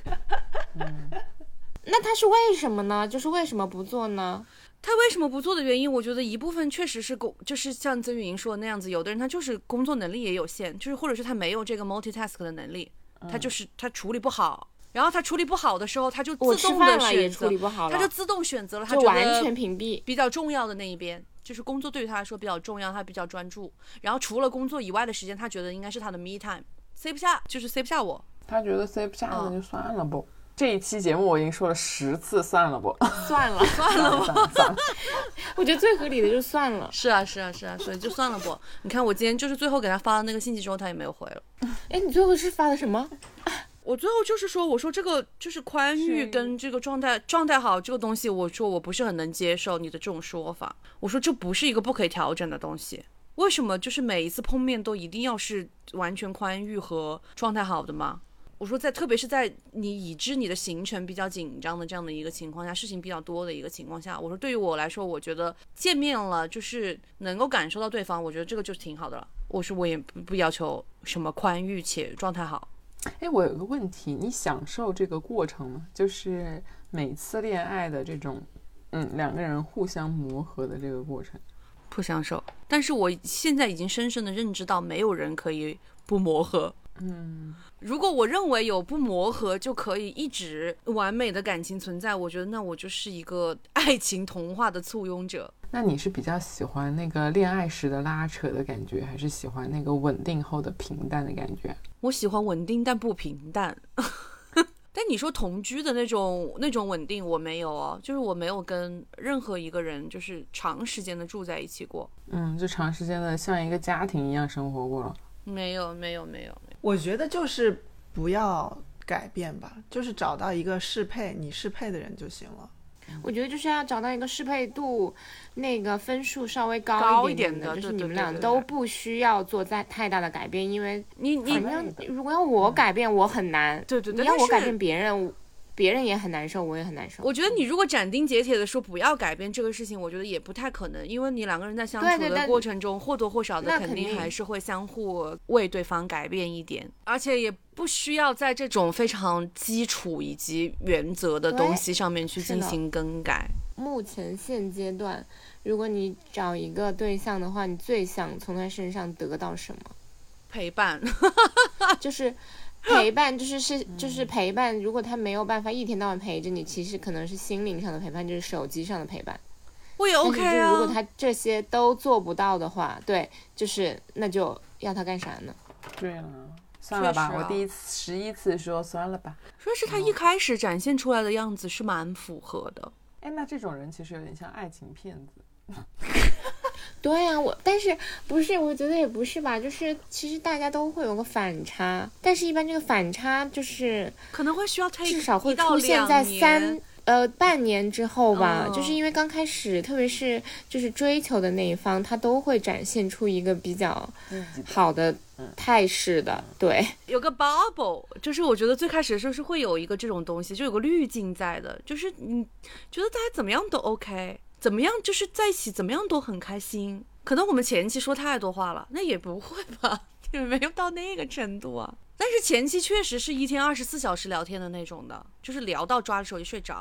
那他是为什么呢？就是为什么不做呢？ 他为什么不做的原因，我觉得一部分确实是就是像曾雨莹说的那样子，有的人他就是工作能力也有限，就是或者是他没有这个 multitask 的能力，他就是他处理不好，然后他处理不好的时候，他就自动的选择，他就自动选择了他就完全屏蔽比较重要的那一边，就是工作对于他来说比较重要，他比较专注，然后除了工作以外的时间，他觉得应该是他的 me time， 塞不下就是塞不下我， 他觉得塞不下那就算了不。这一期节目我已经说了10次，算了不？ 算了我觉得最合理的就是算了。 是啊，所以就算了不。你看我今天就是最后给他发了那个信息之后，他也没有回了。 哎，你最后是发的什么？ 我最后就是说，我说这个就是宽裕跟这个状态好这个东西，我说我不是很能接受你的这种说法。我说这不是一个不可以调整的东西。为什么就是每一次碰面都一定要是完全宽裕和状态好的吗？我说特别是在你已知你的行程比较紧张的这样的一个情况下，事情比较多的一个情况下，我说对于我来说，我觉得见面了就是能够感受到对方，我觉得这个就挺好的了。我说我也不要求什么宽裕且状态好。 哎，我有个问题，你享受这个过程吗？就是每次恋爱的这种两个人互相磨合的这个过程。 不享受，但是我现在已经深深的认知到没有人可以不磨合。如果我认为有不磨合就可以一直完美的感情存在，我觉得那我就是一个爱情童话的簇拥者。 那你是比较喜欢那个恋爱时的拉扯的感觉，还是喜欢那个稳定后的平淡的感觉？ 我喜欢稳定但不平淡但你说同居的那种稳定我没有哦，就是我没有跟任何一个人就是长时间的住在一起过。 就长时间的像一个家庭一样生活过了。 没有。 我觉得就是不要改变吧，就是找到一个你适配的人就行了。 我觉得就是要找到一个适配度那个分数稍微高一点的，就是你们俩都不需要做太大的改变，因为反正如果要我改变我很难， 对， 你要我改变别人也很难受，我也很难受。 我觉得你如果斩钉截铁的说不要改变这个事情，我觉得也不太可能，因为你两个人在相处的过程中或多或少的肯定还是会相互为对方改变一点，而且也不需要在这种非常基础以及原则的东西上面去进行更改。 目前现阶段，如果你找一个对象的话，你最想从他身上得到什么？ 陪伴就是陪伴，就是陪伴。如果他没有办法一天到晚陪着你，其实可能是心灵上的陪伴，就是手机上的陪伴。 我也 OK 啊。 如果他这些都做不到的话，对，就是那就要他干啥呢？ 对了，算了吧。我第11次说算了吧。 说是他一开始展现出来的样子是蛮符合的。 哎，那这种人其实有点像爱情骗子。 对啊，但是不是？我觉得也不是吧，就是其实大家都会有个反差，但是一般这个反差就是可能会需要至少会出现在半年之后吧，就是因为刚开始，特别是就是追求的那一方，他都会展现出一个比较好的态势的，对， 有个 bubble， 就是我觉得最开始的时候是会有一个这种东西，就有个滤镜在的，就是你觉得大家怎么样都 OK。怎么样就是在一起怎么样都很开心，可能我们前期说太多话了，那也不会吧，也没有到那个程度啊。但是前期确实是一天24小时聊天的那种的，就是聊到抓着手机睡着。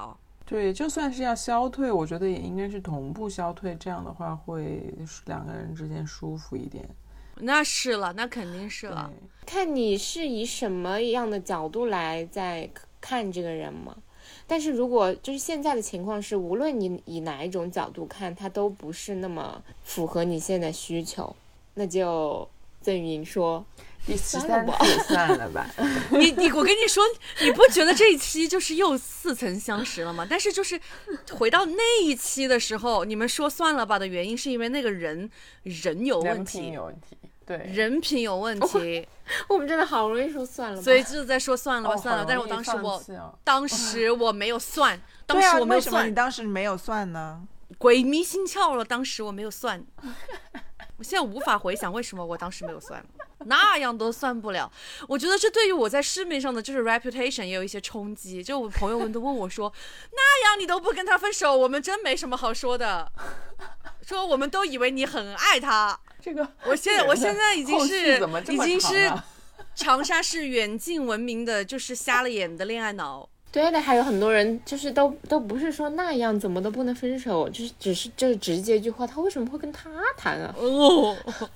对，就算是要消退，我觉得也应该是同步消退，这样的话会两个人之间舒服一点。 那是了，那肯定是了。 看你是以什么样的角度来在看这个人嘛。但是如果就是现在的情况是，无论你以哪一种角度看，它都不是那么符合你现在需求，那就郑云说第13次算了吧。 我跟你说，你不觉得这一期就是又似曾相识了吗？但是就是回到那一期的时候，你们说算了吧的原因是因为那个人有问题， 人品有问题，对， 人品有问题。 我们真的好容易说算了吧， 所以就是在说算了吧，算了。但是我当时我没有算，当时我没有算。 为什么你当时没有算呢？ 鬼迷心窍了，当时我没有算。我现在无法回想为什么我当时没有算，那样都算不了。我觉得这对于我在市面上的就是 reputation 也有一些冲击。就我朋友们都问我说，那样你都不跟他分手，我们真没什么好说的。说我们都以为你很爱他。 这个我现在已经是长沙市远近闻名的，就是瞎了眼的恋爱脑。 对的，还有很多人就是都不是说那样怎么都不能分手，就是只是这直接一句话，他为什么会跟他谈啊？ 哦，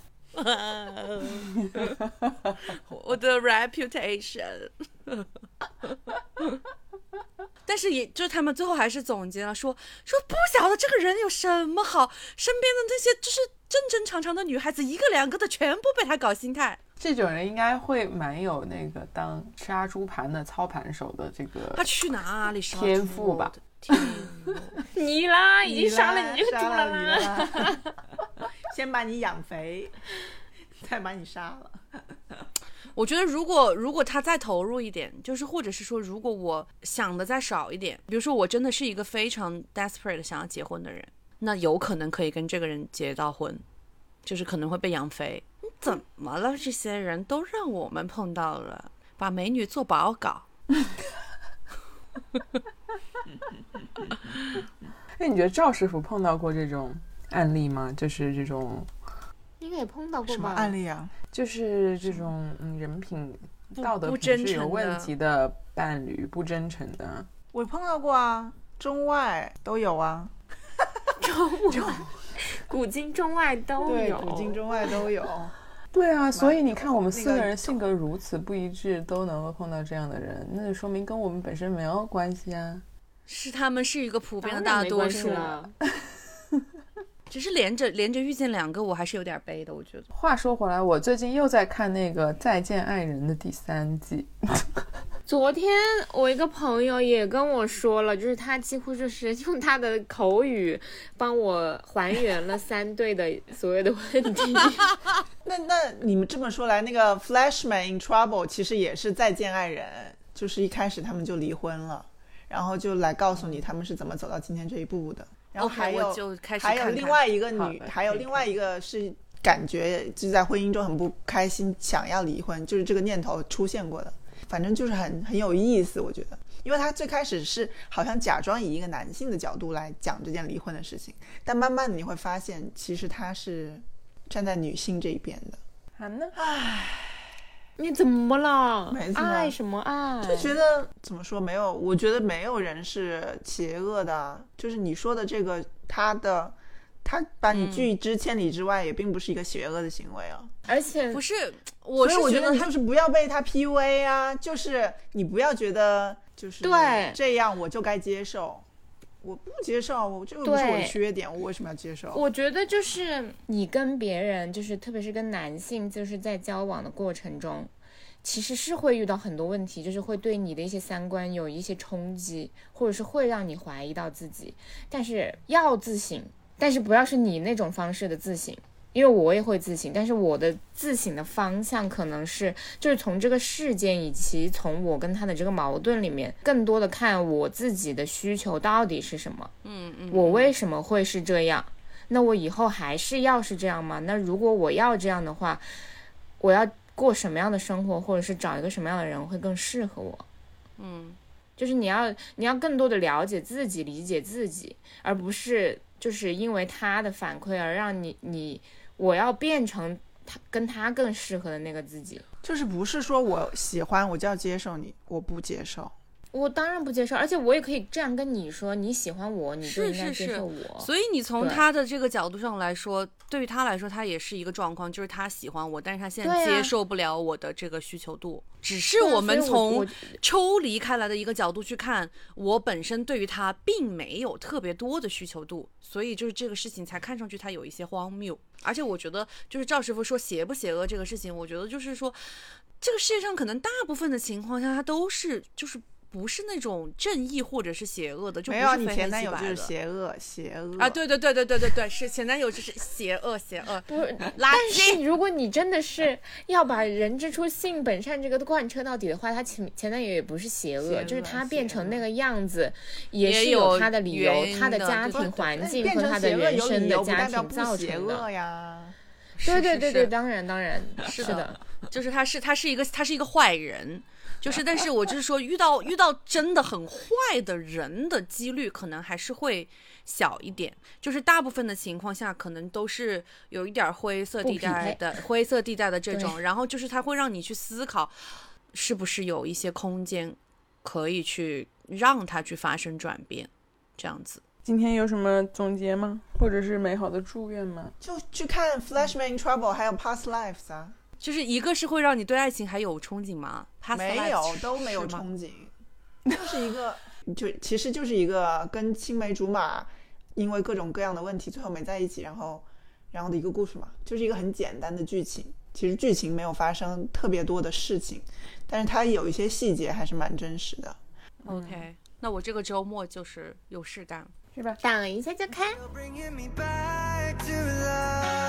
我的 reputation。但是也就他们最后还是总结了说不晓得这个人有什么好，身边的那些就是正正常常的女孩子一个两个的全部被他搞心态。 这种人应该会蛮有那个当杀猪盘的操盘手的这个他去哪里天赋吧。 你啦，已经杀了你这个猪了啦。 先把你养肥，再把你杀了。 我觉得如果他再投入一点，就是或者是说如果我想的再少一点，比如说我真的是一个非常 desperate 想要结婚的人，那有可能可以跟这个人结到婚，就是可能会被养肥。怎么了？这些人都让我们碰到了，把美女做保搞。 哎，你觉得赵师傅碰到过这种案例吗？就是这种应该也碰到过吧？ 什么案例啊？ 就是这种人品、道德品质有问题的伴侣，不真诚的。 我碰到过啊，中外都有啊。 中外、古今中外都有， 对，古今中外都有。 对啊，所以你看我们4个人性格如此不一致，都能够碰到这样的人，那就说明跟我们本身没有关系啊。 是他们是一个普遍的大多数。只是连着遇见2个，我还是有点悲的。我觉得。 话说回来，我最近又在看那个《再见爱人》的第3季。 昨天我一个朋友也跟我说了，就是他几乎就是用他的口语帮我还原了3对的所有的问题。 那你们这么说来，那个 Flashman in Trouble 其实也是再见爱人，就是一开始他们就离婚了，然后就来告诉你他们是怎么走到今天这一步的。然后还有另外一个还有另外一个是感觉就在婚姻中很不开心，想要离婚，就是这个念头出现过的。反正就是很有意思，我觉得，因为他最开始是好像假装以一个男性的角度来讲这件离婚的事情，但慢慢的你会发现，其实他是站在女性这一边的。唉， 你怎么了？ 爱什么爱？ 就觉得怎么说，我觉得没有人是邪恶的，就是你说的这个，他把你拒之千里之外，也并不是一个邪恶的行为啊。 而且不是， 所以我觉得你就是不要被他 PUA 啊，就是你不要觉得就是对这样我就该接受，我不接受，这个不是我的缺点，我为什么要接受？ 我觉得就是你跟别人，就是特别是跟男性，就是在交往的过程中，其实是会遇到很多问题，就是会对你的一些三观有一些冲击，或者是会让你怀疑到自己，但是要自省，但是不要是你那种方式的自省。因为我也会自省，但是我的自省的方向可能是就是从这个事件以及从我跟他的这个矛盾里面，更多的看我自己的需求到底是什么。我为什么会是这样？那我以后还是要是这样吗？那如果我要这样的话，我要过什么样的生活，或者是找一个什么样的人会更适合我？就是你要更多的了解自己，理解自己，而不是就是因为他的反馈而让我要变成跟他更适合的那个自己。 就是不是说我喜欢我就要接受你，我不接受。 我当然不接受，而且我也可以这样跟你说，你喜欢我，你就应该接受我。 所以你从他的这个角度上来说，对于他来说，他也是一个状况，就是他喜欢我，但是他现在接受不了我的这个需求度。只是我们从抽离开来的一个角度去看，我本身对于他并没有特别多的需求度，所以就是这个事情才看上去他有一些荒谬。而且我觉得，就是赵师傅说邪不邪恶这个事情，我觉得就是说，这个世界上可能大部分的情况下，他都是就是不是那种正义或者是邪恶的，就不是非黑即白的。 没有，你前男友就是邪恶啊！对，是前男友就是邪恶， 不是但是如果你真的是要把人之初性本善这个贯彻到底的话，他前男友也不是邪恶，就是他变成那个样子也是有他的理由，他的家庭环境和他的人生的家庭造成的呀。 对，当然是的， 就是他是一个坏人。就是，但是我就是说，遇到真的很坏的人的几率可能还是会小一点。就是大部分的情况下，可能都是有一点灰色地带的这种。然后就是它会让你去思考，是不是有一些空间可以去让它去发生转变，这样子。 今天有什么总结吗？或者是美好的祝愿吗？ 就去看 Flashman in Trouble 还有 Past Lives 啊。 就是一个是会让你对爱情还有憧憬吗？ 没有，都没有憧憬，就是一个其实就是一个跟青梅竹马因为各种各样的问题最后没在一起，然后的一个故事嘛，就是一个很简单的剧情。其实剧情没有发生特别多的事情，但是它有一些细节还是蛮真实的。 OK， 那我这个周末就是有事干， 是吧？ 等一下就看。